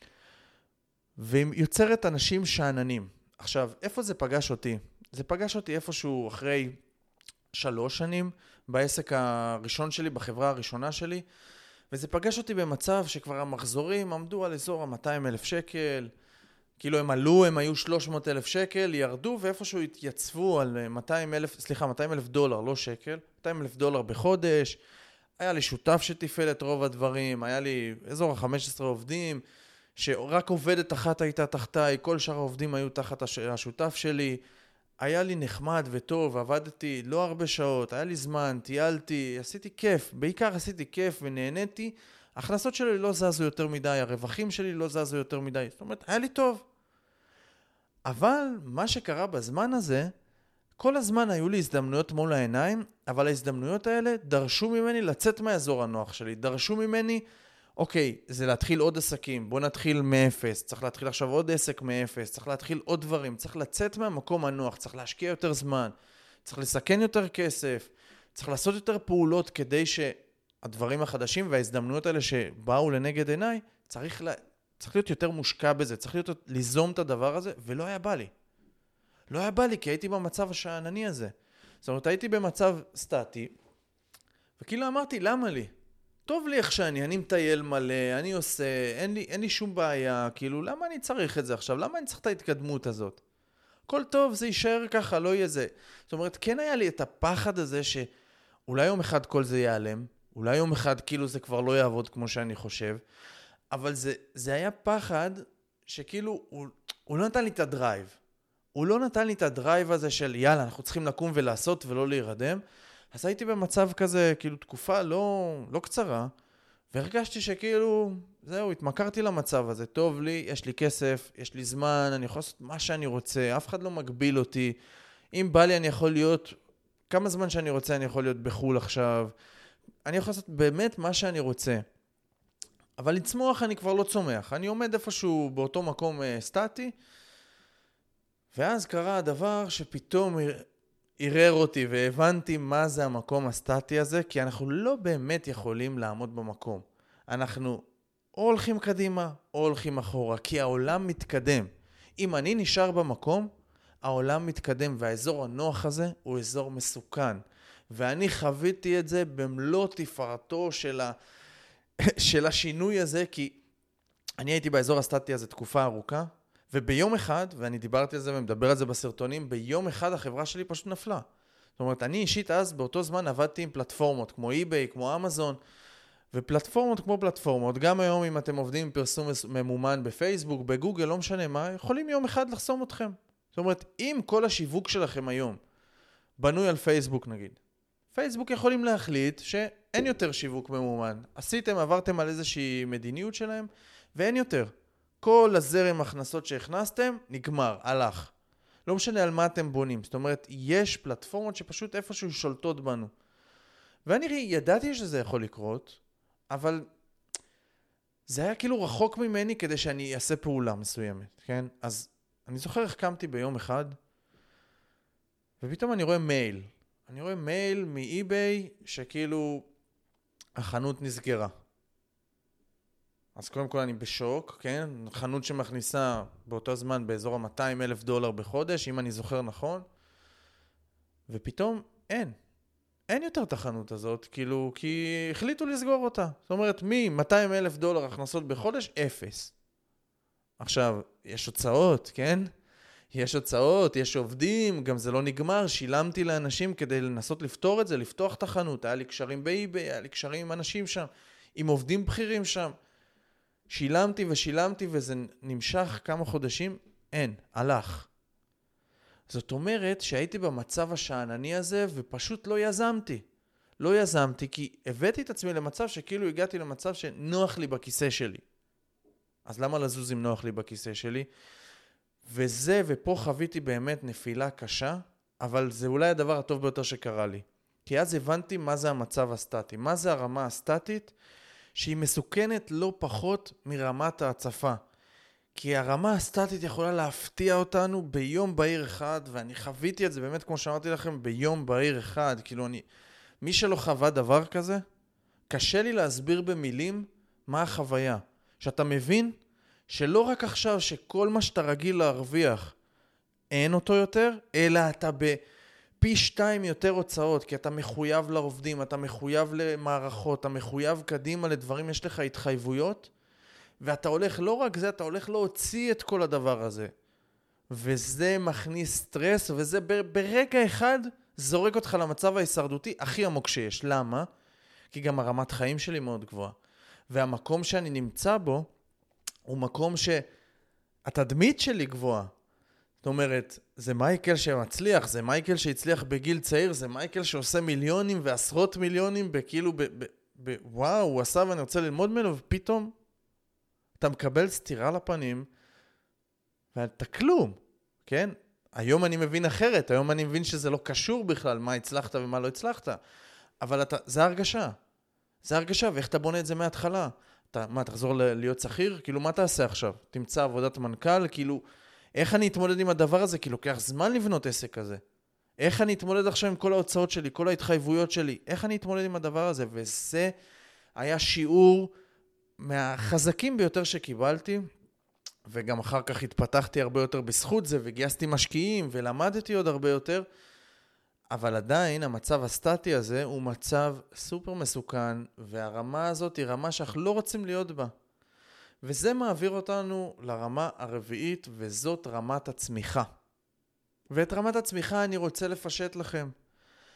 Speaker 1: ויוצרת אנשים שעננים. עכשיו, איפה זה פגש אותי? זה פגש אותי איפשהו אחרי שלוש שנים, בעסק הראשון שלי, בחברה הראשונה שלי, וזה פגש אותי במצב שכבר המחזורים עמדו על אזור ה-מאתיים אלף שקל, כאילו הם עלו, הם היו שלוש מאות אלף שקל, ירדו ואיפשהו התייצבו על מאתיים אלף, סליחה, מאתיים אלף דולר, לא שקל, מאתיים אלף דולר בחודש. היה לי שותף שטיפל את רוב הדברים, היה לי אזור ה-חמישה עשר עובדים, שרק עובדת אחת הייתה תחתיי, כל שאר העובדים היו תחת השותף שלי. היה לי נחמד וטוב, עבדתי לא הרבה שעות, היה לי זמן, טיילתי, עשיתי כיף, בעיקר עשיתי כיף ונהניתי. ההכנסות שלי לא זזו יותר מדי, הרווחים שלי לא זזו יותר מדי, זאת אומרת, היה לי טוב. אבל מה שקרה בזמן הזה, כל הזמן היו לי הזדמנויות מול העיניים, אבל ההזדמנויות האלה דרשו ממני לצאת מהאזור הנוח שלי, דרשו ממני, אוקיי, זה להתחיל עוד עסקים, בוא נתחיל מאפס, צריך להתחיל עכשיו עוד עסק מאפס, צריך להתחיל עוד דברים, צריך לצאת מהמקום הנוח, צריך להשקיע יותר זמן, צריך לסכן יותר כסף, צריך לעשות יותר פעולות כדי שהדברים החדשים וההזדמנויות האלה שבאו לנגד עיניי, צריך, לה... צריך להיות יותר מושקע בזה, צריך להיות ליזום את הדבר הזה, ולא היה בא לי. לא היה בא לי, כי הייתי במצב השענני הזה. זאת אומרת, הייתי במצב סטטי, וכאילו אמרתי, למה לי? טוב לי איך שאני, אני מטייל מלא, אני עושה, אין לי, אין לי שום בעיה, כאילו, למה אני צריך את זה עכשיו? למה אני צריך את ההתקדמות הזאת? כל טוב, זה יישאר ככה, לא יהיה זה. זאת אומרת, כן היה לי את הפחד הזה שאולי יום אחד כל זה ייעלם, אולי יום אחד כאילו זה כבר לא יעבוד כמו שאני חושב, אבל זה, זה היה פחד שכאילו הוא, הוא לא נתן לי את הדרייב. הוא לא נתן לי את הדרייב הזה של יאללה, אנחנו צריכים לקום ולעשות ולא להירדם. אז הייתי במצב כזה, כאילו תקופה לא, לא קצרה, והרגשתי שכאילו, זהו, התמכרתי למצב הזה, טוב לי, יש לי כסף, יש לי זמן, אני יכול לעשות מה שאני רוצה, אף אחד לא מגביל אותי. אם בא לי אני יכול להיות, כמה זמן שאני רוצה אני יכול להיות בחול עכשיו, אני יכול לעשות באמת מה שאני רוצה. אבל לצמוח אני כבר לא צומח, אני עומד איפשהו באותו מקום אה, סטטי, ואז קרה הדבר שפתאום עירר אותי והבנתי מה זה המקום הסטטי הזה, כי אנחנו לא באמת יכולים לעמוד במקום. אנחנו או הולכים קדימה או הולכים אחורה, כי העולם מתקדם. אם אני נשאר במקום, העולם מתקדם, והאזור הנוח הזה הוא אזור מסוכן. ואני חוויתי את זה במלוא תפארתו של, ה... של השינוי הזה, כי אני הייתי באזור הסטטי הזה תקופה ארוכה, וביום אחד, ואני דיברתי על זה ומדבר על זה בסרטונים, ביום אחד החברה שלי פשוט נפלה. זאת אומרת, אני אישית אז באותו זמן עבדתי עם פלטפורמות כמו אי-ביי, כמו אמזון, ופלטפורמות כמו פלטפורמות, גם היום אם אתם עובדים עם פרסום ממומן בפייסבוק, בגוגל, לא משנה מה, יכולים יום אחד לחסום אתכם. זאת אומרת, אם כל השיווק שלכם היום בנוי על פייסבוק נגיד, פייסבוק יכולים להחליט שאין יותר שיווק ממומן. עשיתם, עברתם על איזושהי מדיניות שלהם, ואין יותר. כל הזרם הכנסות שהכנסתם, נגמר, הלך. לא משנה על מה אתם בונים. זאת אומרת, יש פלטפורמות שפשוט איפשהו שולטות בנו. ואני ידעתי שזה יכול לקרות, אבל זה היה כאילו רחוק ממני כדי שאני אעשה פעולה מסוימת, כן? אז אני זוכר איך קמתי ביום אחד, ופתאום אני רואה מייל. אני רואה מייל מאי-ביי שכאילו החנות נסגרה. אז קודם כל אני בשוק, כן? חנות שמכניסה באותו זמן באזור ה-מאתיים אלף דולר בחודש, אם אני זוכר נכון. ופתאום אין. אין יותר את החנות הזאת, כאילו, כי החליטו לסגור אותה. זאת אומרת, מ-מאתיים אלף דולר הכנסות בחודש, אפס. עכשיו, יש הוצאות, כן? יש הוצאות, יש עובדים, גם זה לא נגמר, שילמתי לאנשים כדי לנסות לפתור את זה, לפתוח את החנות, היה לי קשרים באי-ביי, היה לי קשרים עם אנשים שם, עם עובדים בכירים שם. שילמתי ושילמתי וזה נמשך כמה חודשים, אין, הלך. זאת אומרת שהייתי במצב השענני הזה ופשוט לא יזמתי. לא יזמתי כי הבאתי את עצמי למצב שכאילו הגעתי למצב שנוח לי בכיסא שלי. אז למה לזוז אם נוח לי בכיסא שלי? וזה, ופה חוויתי באמת נפילה קשה, אבל זה אולי הדבר הטוב ביותר שקרה לי. כי אז הבנתי מה זה המצב הסטטי, מה זה הרמה הסטטית, שהיא מסוכנת לא פחות מרמת ההצפה. כי הרמה הסטטית יכולה להפתיע אותנו ביום בהיר אחד, ואני חוויתי את זה באמת, כמו שאמרתי לכם, ביום בהיר אחד. כאילו אני, מי שלא חווה דבר כזה, קשה לי להסביר במילים מה החוויה. שאתה מבין שלא רק עכשיו שכל מה שאתה רגיל להרוויח אין אותו יותר, אלא אתה בפי שתיים יותר הוצאות, כי אתה מחויב לעובדים, אתה מחויב למערכות, אתה מחויב קדימה לדברים, יש לך התחייבויות, ואתה הולך, לא רק זה, אתה הולך להוציא את כל הדבר הזה. וזה מכניס סטרס, וזה ברגע אחד זורק אותך למצב ההישרדותי הכי עמוק שיש. למה? כי גם הרמת חיים שלי מאוד גבוהה. והמקום שאני נמצא בו, הוא מקום שהתדמית שלי גבוהה. זאת אומרת, זה מייקל שמצליח, זה מייקל שהצליח בגיל צעיר, זה מייקל שעושה מיליונים ועשרות מיליונים, בכאילו, ב, ב, ב, וואו, הוא עשה ואני רוצה ללמוד ממנו, ופתאום אתה מקבל סתירה לפנים, ואתה כלום, כן? היום אני מבין אחרת, היום אני מבין שזה לא קשור בכלל, מה הצלחת ומה לא הצלחת, אבל אתה, זה הרגשה. זה הרגשה, ואיך אתה בונה את זה מההתחלה? אתה, מה, תחזור להיות שכיר? כאילו, מה תעשה עכשיו? תמצא עבודת מנכ"ל? כאילו, איך אני אתמודד עם הדבר הזה? כי לוקח זמן לבנות עסק כזה. איך אני אתמודד עכשיו עם כל ההוצאות שלי, כל ההתחייבויות שלי? איך אני אתמודד עם הדבר הזה? וזה היה שיעור מהחזקים ביותר שקיבלתי, וגם אחר כך התפתחתי הרבה יותר בזכות זה, וגייסתי משקיעים, ולמדתי עוד הרבה יותר, אבל עדיין המצב הסטטי הזה הוא מצב סופר מסוכן, והרמה הזאת היא רמה שאנחנו לא רוצים להיות בה. וזה מעביר אותנו לרמה הרביעית, וזאת רמת הצמיחה. ואת רמת הצמיחה אני רוצה לפשט לכם.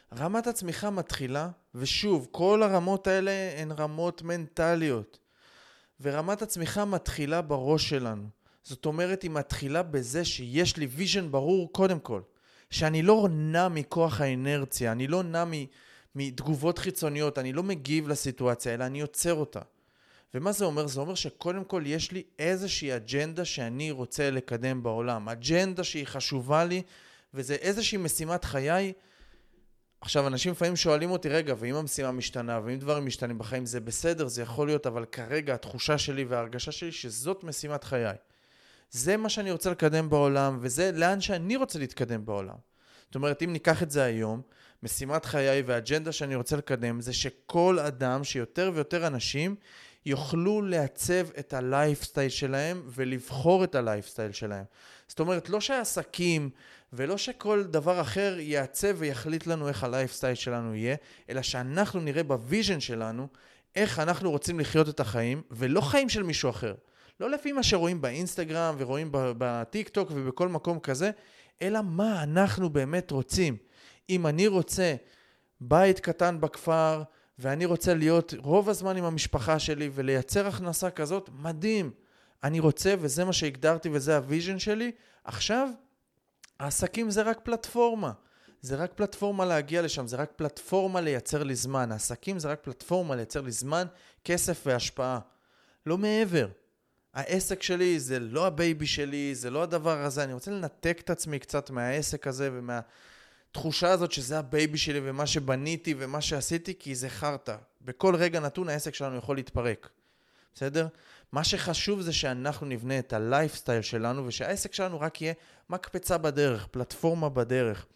Speaker 1: רמת הצמיחה מתחילה, ושוב, כל הרמות האלה הן רמות מנטליות. ורמת הצמיחה מתחילה בראש שלנו. זאת אומרת, היא מתחילה בזה שיש לי ויז'ן ברור קודם כל. שאני לא נע מכוח האנרציה, אני לא נע מתגובות חיצוניות, אני לא מגיב לסיטואציה, אלא אני יוצר אותה. ומה זה אומר? זה אומר שקודם כל יש לי איזושהי אג'נדה שאני רוצה לקדם בעולם. אג'נדה שהיא חשובה לי, וזה איזושהי משימת חיי. עכשיו, אנשים לפעמים שואלים אותי, רגע, ואם המשימה משתנה, ואם דברים משתנים בחיים, זה בסדר, זה יכול להיות, אבל כרגע התחושה שלי וההרגשה שלי שזאת משימת חיי. זה מה שאני רוצה לקדם בעולם, וזה לאן שאני רוצה להתקדם בעולם. זאת אומרת, אם ניקח את זה היום, משימת חיי והאג'נדה שאני רוצה לקדם, זה שכל אדם, שיותר ויותר אנשים, יוכלו לעצב את הלייפסטייל שלהם, ולבחור את הלייפסטייל שלהם. זאת אומרת, לא שהעסקים, ולא שכל דבר אחר יעצב ויחליט לנו איך הלייפסטייל שלנו יהיה, אלא שאנחנו נראה בוויז'ן שלנו, איך אנחנו רוצים לחיות את החיים, ולא חיים של מישהו אחר. לא לפי מה שרואים באינסטגרם ורואים בטיק טוק ובכל מקום כזה, אלא מה אנחנו באמת רוצים. אם אני רוצה בית קטן בכפר, ואני רוצה להיות רוב הזמן עם המשפחה שלי ולייצר הכנסה כזאת, מדהים. אני רוצה וזה מה שהגדרתי וזה הוויז'ן שלי. עכשיו, העסקים זה רק פלטפורמה. זה רק פלטפורמה להגיע לשם, זה רק פלטפורמה לייצר לי זמן. העסקים זה רק פלטפורמה לייצר לי זמן, כסף והשפעה. לא מעבר. העסק שלי זה לא הבייבי שלי, זה לא הדבר הזה. אני רוצה לנתק את עצמי קצת מהעסק הזה ומהתחושה הזאת שזה הבייבי שלי ומה שבניתי ומה שעשיתי, כי זה חרטה. בכל רגע נתון העסק שלנו יכול להתפרק. בסדר? מה שחשוב זה שאנחנו נבנה את הלייפסטייל שלנו, ושהעסק שלנו רק יהיה מקפצה בדרך, פלטפורמה בדרך.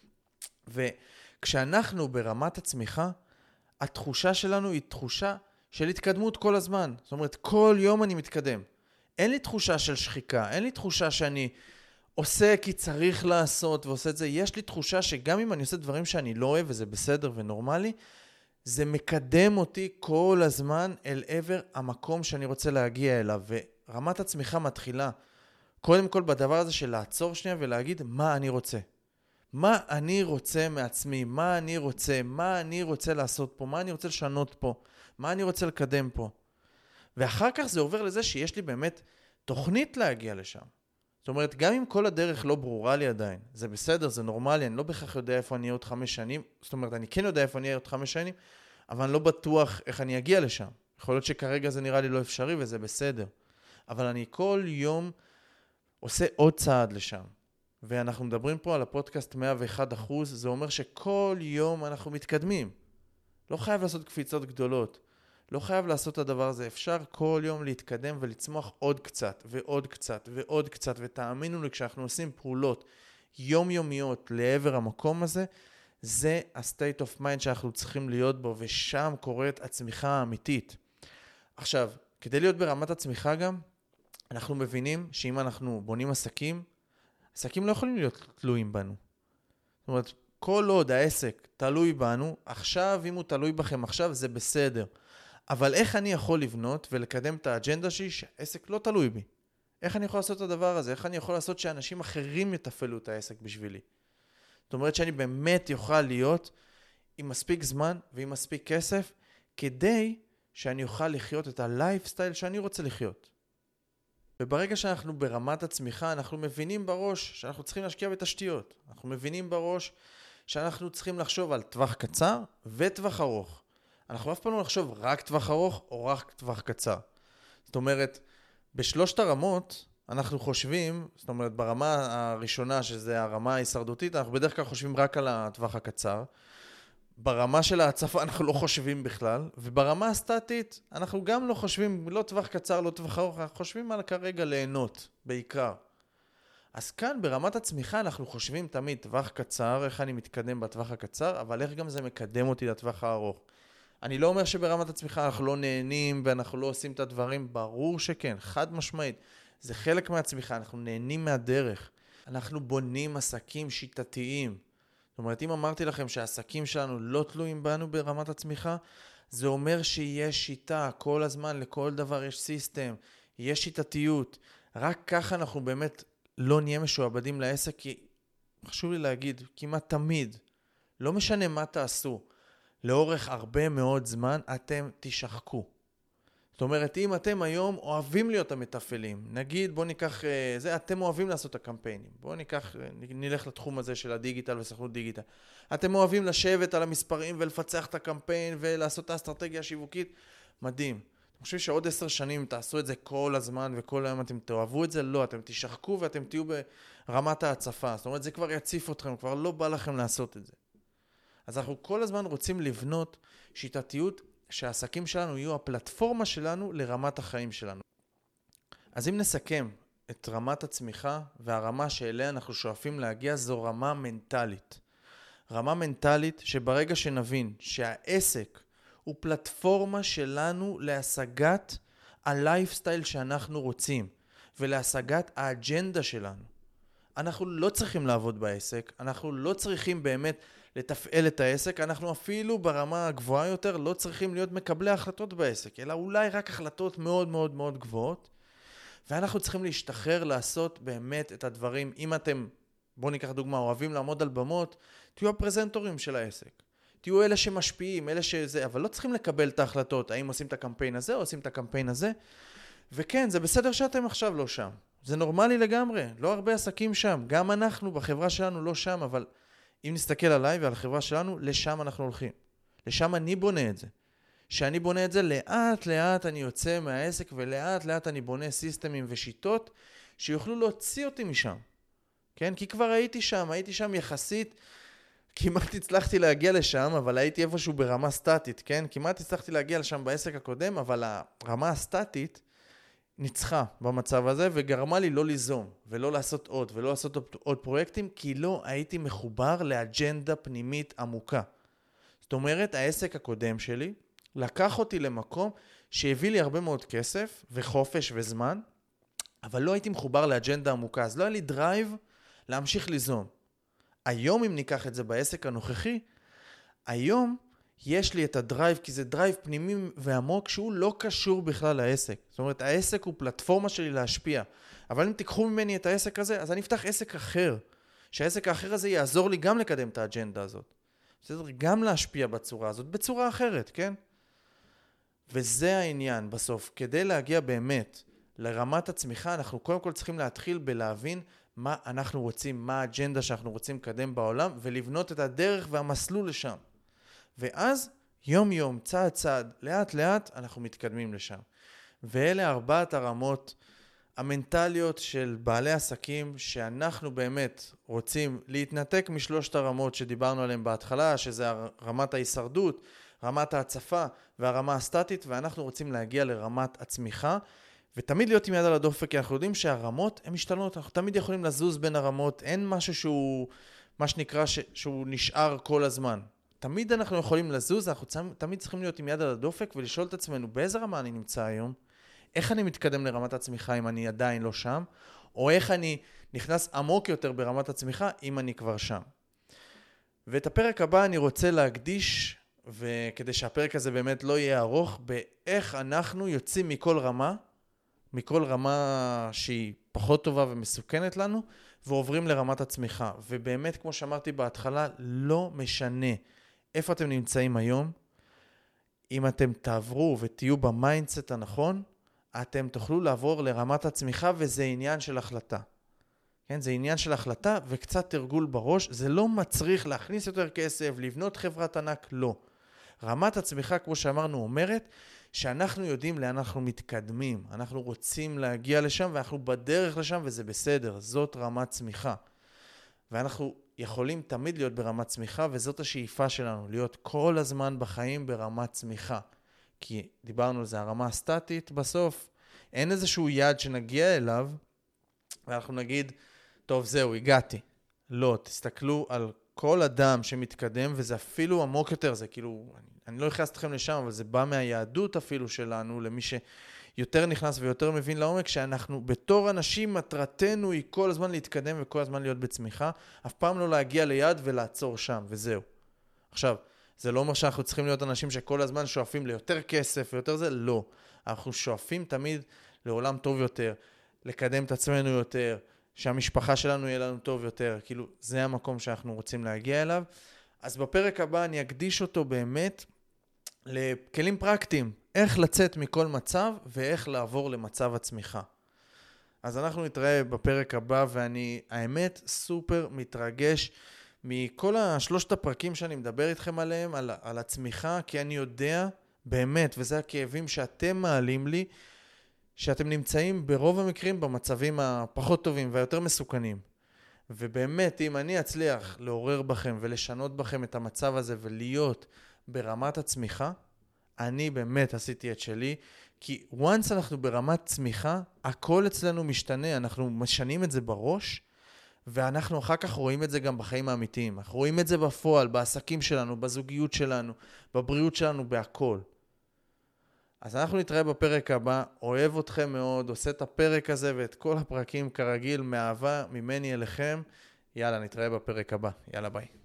Speaker 1: וכשאנחנו ברמת הצמיחה, התחושה שלנו היא תחושה של התקדמות כל הזמן. זאת אומרת, כל יום אני מתקדם. אין לי תחושה של שחיקה, אין לי תחושה שאני עושה כי צריך לעשות ועושה את זה. יש לי תחושה שגם אם אני עושה דברים שאני לא אוהב וזה בסדר ונורמלי, זה מקדם אותי כל הזמן אל עבר המקום שאני רוצה להגיע אליו. ורמת הצמיחה מתחילה קודם כל בדבר הזה של לעצור שנייה ולהגיד מה אני רוצה. מה אני רוצה מעצמי, מה אני רוצה, מה אני רוצה לעשות פה, מה אני רוצה לשנות פה, מה אני רוצה לקדם פה. ואחר כך זה עובר לזה שיש לי באמת תוכנית להגיע לשם. זאת אומרת, גם אם כל הדרך לא ברורה לי עדיין, זה בסדר, זה נורמלי, אני לא בכך יודע איפה אני אהיה עוד חמש שנים, זאת אומרת, אני כן יודע איפה אני אהיה עוד חמש שנים, אבל אני לא בטוח איך אני אגיע לשם. יכול להיות שכרגע זה נראה לי לא אפשרי וזה בסדר. אבל אני כל יום עושה עוד צעד לשם. ואנחנו מדברים פה על הפודקאסט מאה ואחד אחוז, זה אומר שכל יום אנחנו מתקדמים. לא חייב לעשות קפיצות גדולות. לא חייב לעשות את הדבר הזה. אפשר כל יום להתקדם ולצמוח עוד קצת ועוד קצת ועוד קצת. ותאמינו לי, כשאנחנו עושים פעולות יומיומיות לעבר המקום הזה, זה ה-state of mind שאנחנו צריכים להיות בו, ושם קורית הצמיחה האמיתית. עכשיו, כדי להיות ברמת הצמיחה גם, אנחנו מבינים שאם אנחנו בונים עסקים, עסקים לא יכולים להיות תלויים בנו. זאת אומרת, כל עוד העסק תלוי בנו, עכשיו, אם הוא תלוי בכם עכשיו, זה בסדר. אבל איך אני יכול לבנות ולקדם את האג'נדה שלי שהעסק לא תלוי בי? איך אני יכול לעשות את הדבר הזה? איך אני יכול לעשות שאנשים אחרים יתפעלו את העסק בשבילי? זאת אומרת שאני באמת יוכל להיות עם מספיק זמן ועם מספיק כסף, כדי שאני אוכל לחיות את הלייפסטייל שאני רוצה לחיות. וברגע שאנחנו ברמת הצמיחה, אנחנו מבינים בראש שאנחנו צריכים להשקיע בתשתיות. אנחנו מבינים בראש שאנחנו צריכים לחשוב על טווח קצר וטווח ארוך. אנחנו אף פעם לא נחשוב רק טווח ארוך או רק טווח קצר. זאת אומרת, בשלושת הרמות אנחנו חושבים, זאת אומרת ברמה הראשונה שזה הרמה ההישרדותית, אנחנו בדרך כלל חושבים רק על הטווח הקצר. ברמה של ההצפה אנחנו לא חושבים בכלל, וברמה הסטטית אנחנו גם לא חושבים, לא טווח קצר, לא טווח ארוך, אנחנו חושבים על כרגע ליהנות בעיקר. אז כאן ברמת הצמיחה אנחנו חושבים תמיד טווח קצר, איך אני מתקדם בטווח הקצר, אבל איך גם זה מקדם אותי לטווח הארוך. אני לא אומר שברמת הצמיחה אנחנו לא נהנים ואנחנו לא עושים את הדברים, ברור שכן, חד משמעית. זה חלק מהצמיחה, אנחנו נהנים מהדרך. אנחנו בונים עסקים שיטתיים. זאת אומרת, אם אמרתי לכם שהעסקים שלנו לא תלויים בנו ברמת הצמיחה, זה אומר שיש שיטה, כל הזמן לכל דבר יש סיסטם, יש שיטתיות. רק ככה אנחנו באמת לא נהיה משועבדים לעסק, כי חשוב לי להגיד, כמעט תמיד לא משנה מה תעשו, לאורך הרבה מאוד זמן אתם תשחקו. זאת אומרת, אם אתם היום אוהבים להיות המטפלים, נגיד, בואו ניקח, זה, אתם אוהבים לעשות את הקמפיינים, בואו ניקח, נלך לתחום הזה של הדיגיטל וסוכנות דיגיטל. אתם אוהבים לשבת על המספרים ולפצח את הקמפיין ולעשות את האסטרטגיה השיווקית, מדהים. אתם חושבים שעוד עשר שנים תעשו את זה כל הזמן וכל היום אתם תאהבו את זה? לא, אתם תשחקו ואתם תהיו ברמת ההצפה. זאת אומרת, זה כבר יציף אתכם, כבר לא בא לכם לעשות את זה. אז אנחנו כל הזמן רוצים לבנות שיטתיות שהעסקים שלנו יהיו הפלטפורמה שלנו לרמת החיים שלנו. אז אם נסכם את רמת הצמיחה והרמה שאליה אנחנו שואפים להגיע, זו רמה מנטלית. רמה מנטלית שברגע שנבין שהעסק הוא פלטפורמה שלנו להשגת הלייפסטייל שאנחנו רוצים ולהשגת האג'נדה שלנו. אנחנו לא צריכים לעבוד בעסק, אנחנו לא צריכים באמת לתפעל את העסק, אנחנו אפילו ברמה הגבוהה יותר לא צריכים להיות מקבלי החלטות בעסק, אלא אולי רק החלטות מאוד מאוד מאוד גבוהות, ואנחנו צריכים להשתחרר לעשות באמת את הדברים. אם אתם, בואו ניקח דוגמה, אוהבים לעמוד על במות, תהיו הפרזנטורים של העסק. תהיו אלה שמשפיעים, אלה שזה, אבל לא צריכים לקבל את ההחלטות, האם עושים את הקמפיין הזה או עושים את הקמפיין הזה. וכן, זה בסדר שאתם עכשיו לא שם. זה נורמלי לגמרי, לא הרבה עסקים שם. גם אנחנו בחברה שלנו לא שם, אבל אם נסתכל עליי ועל החברה שלנו, לשם אנחנו הולכים. לשם אני בונה את זה. שאני בונה את זה, לאט לאט אני יוצא מהעסק, ולאט לאט אני בונה סיסטמים ושיטות שיוכלו להוציא אותי משם. כן? כי כבר הייתי שם, הייתי שם יחסית, כמעט הצלחתי להגיע לשם, אבל הייתי איפשהו ברמה סטטית, כן? כמעט הצלחתי להגיע לשם בעסק הקודם, אבל הרמה הסטטית ניצחה במצב הזה, וגרמה לי לא ליזום, ולא לעשות עוד, ולא לעשות עוד פרויקטים, כי לא הייתי מחובר לאג'נדה פנימית עמוקה. זאת אומרת, העסק הקודם שלי לקח אותי למקום שהביא לי הרבה מאוד כסף, וחופש וזמן, אבל לא הייתי מחובר לאג'נדה עמוקה, אז לא היה לי דרייב להמשיך ליזום. היום אם ניקח את זה בעסק הנוכחי, היום יש לי את הדרייב, כי זה דרייב פנימי ועמוק שהוא לא קשור בכלל לעסק. זאת אומרת, העסק הוא פלטפורמה שלי להשפיע. אבל אם תיקחו ממני את העסק הזה, אז אני אפתח עסק אחר. שהעסק האחר הזה יעזור לי גם לקדם את האג'נדה הזאת. בסדר, גם להשפיע בצורה הזאת, בצורה אחרת, כן? וזה העניין בסוף. כדי להגיע באמת לרמת הצמיחה, אנחנו קודם כל צריכים להתחיל בלהבין מה אנחנו רוצים, מה האג'נדה שאנחנו רוצים לקדם בעולם, ולבנות את הדרך והמסלול לשם. ואז יום יום, צעד צעד, לאט לאט אנחנו מתקדמים לשם. ואלה ארבעת הרמות המנטליות של בעלי עסקים שאנחנו באמת רוצים להתנתק משלושת הרמות שדיברנו עליהן בהתחלה, שזה רמת ההישרדות, רמת ההצפה והרמה הסטטית, ואנחנו רוצים להגיע לרמת הצמיחה, ותמיד להיות עם יד על הדופק, כי אנחנו יודעים שהרמות הן משתנות, אנחנו תמיד יכולים לזוז בין הרמות, אין משהו שהוא, מה שנקרא, ש, שהוא נשאר כל הזמן. תמיד אנחנו יכולים לזוז, אנחנו תמיד צריכים להיות עם יד על הדופק ולשאול את עצמנו באיזה רמה אני נמצא היום, איך אני מתקדם לרמת הצמיחה אם אני עדיין לא שם, או איך אני נכנס עמוק יותר ברמת הצמיחה אם אני כבר שם. ואת הפרק הבא אני רוצה להקדיש, וכדי שהפרק הזה באמת לא יהיה ארוך, באיך אנחנו יוצאים מכל רמה, מכל רמה שהיא פחות טובה ומסוכנת לנו, ועוברים לרמת הצמיחה. ובאמת, כמו שאמרתי בהתחלה, לא משנה איפה אתם נמצאים היום, אם אתם תעברו ותהיו במיינדסט הנכון, אתם תוכלו לעבור לרמת הצמיחה, וזה עניין של החלטה. כן, זה עניין של החלטה וקצת תרגול בראש. זה לא מצריך להכניס יותר כסף, לבנות חברת ענק, לא. רמת הצמיחה, כמו שאמרנו, אומרת שאנחנו יודעים לאן אנחנו מתקדמים. אנחנו רוצים להגיע לשם ואנחנו בדרך לשם, וזה בסדר. זאת רמת צמיחה. ואנחנו יכולים תמיד להיות ברמת צמיחה, וזאת השאיפה שלנו, להיות כל הזמן בחיים ברמת צמיחה. כי דיברנו על זה, הרמה הסטטית בסוף, אין איזשהו יעד שנגיע אליו, ואנחנו נגיד, טוב זהו, הגעתי. לא, תסתכלו על כל אדם שמתקדם, וזה אפילו עמוק יותר, זה כאילו, אני, אני לא הכנס אתכם לשם, אבל זה בא מהיהדות אפילו שלנו, למי שיותר נכנס ויותר מבין לעומק, שאנחנו בתור אנשים, מטרתנו היא כל הזמן להתקדם וכל הזמן להיות בצמיחה, אף פעם לא להגיע ליד ולעצור שם, וזהו. עכשיו, זה לא אומר שאנחנו צריכים להיות אנשים שכל הזמן שואפים ליותר כסף ויותר זה, לא. אנחנו שואפים תמיד לעולם טוב יותר, לקדם את עצמנו יותר, שהמשפחה שלנו יהיה לנו טוב יותר, כאילו זה המקום שאנחנו רוצים להגיע אליו, אז בפרק הבא אני אקדיש אותו באמת לכלים פרקטיים, איך לצאת מכל מצב ואיך לעבור למצב הצמיחה. אז אנחנו נתראה בפרק הבא, ואני האמת סופר מתרגש מכל השלושת הפרקים שאני מדבר איתכם עליהם, על, על הצמיחה, כי אני יודע באמת, וזה הכאבים שאתם מעלים לי, שאתם נמצאים ברוב המקרים במצבים הפחות טובים והיותר מסוכנים. ובאמת, אם אני אצליח לעורר בכם ולשנות בכם את המצב הזה ולהיות ברמת הצמיחה, אני באמת עשיתי את שלי, כי once אנחנו ברמת צמיחה, הכל אצלנו משתנה, אנחנו משנים את זה בראש, ואנחנו אחר כך רואים את זה גם בחיים האמיתיים. אנחנו רואים את זה בפועל, בעסקים שלנו, בזוגיות שלנו, בבריאות שלנו, בהכל. אז אנחנו נתראה בפרק הבא, אוהב אתכם מאוד, עושה את הפרק הזה ואת כל הפרקים כרגיל, מאהבה ממני אליכם. יאללה, נתראה בפרק הבא. יאללה, ביי.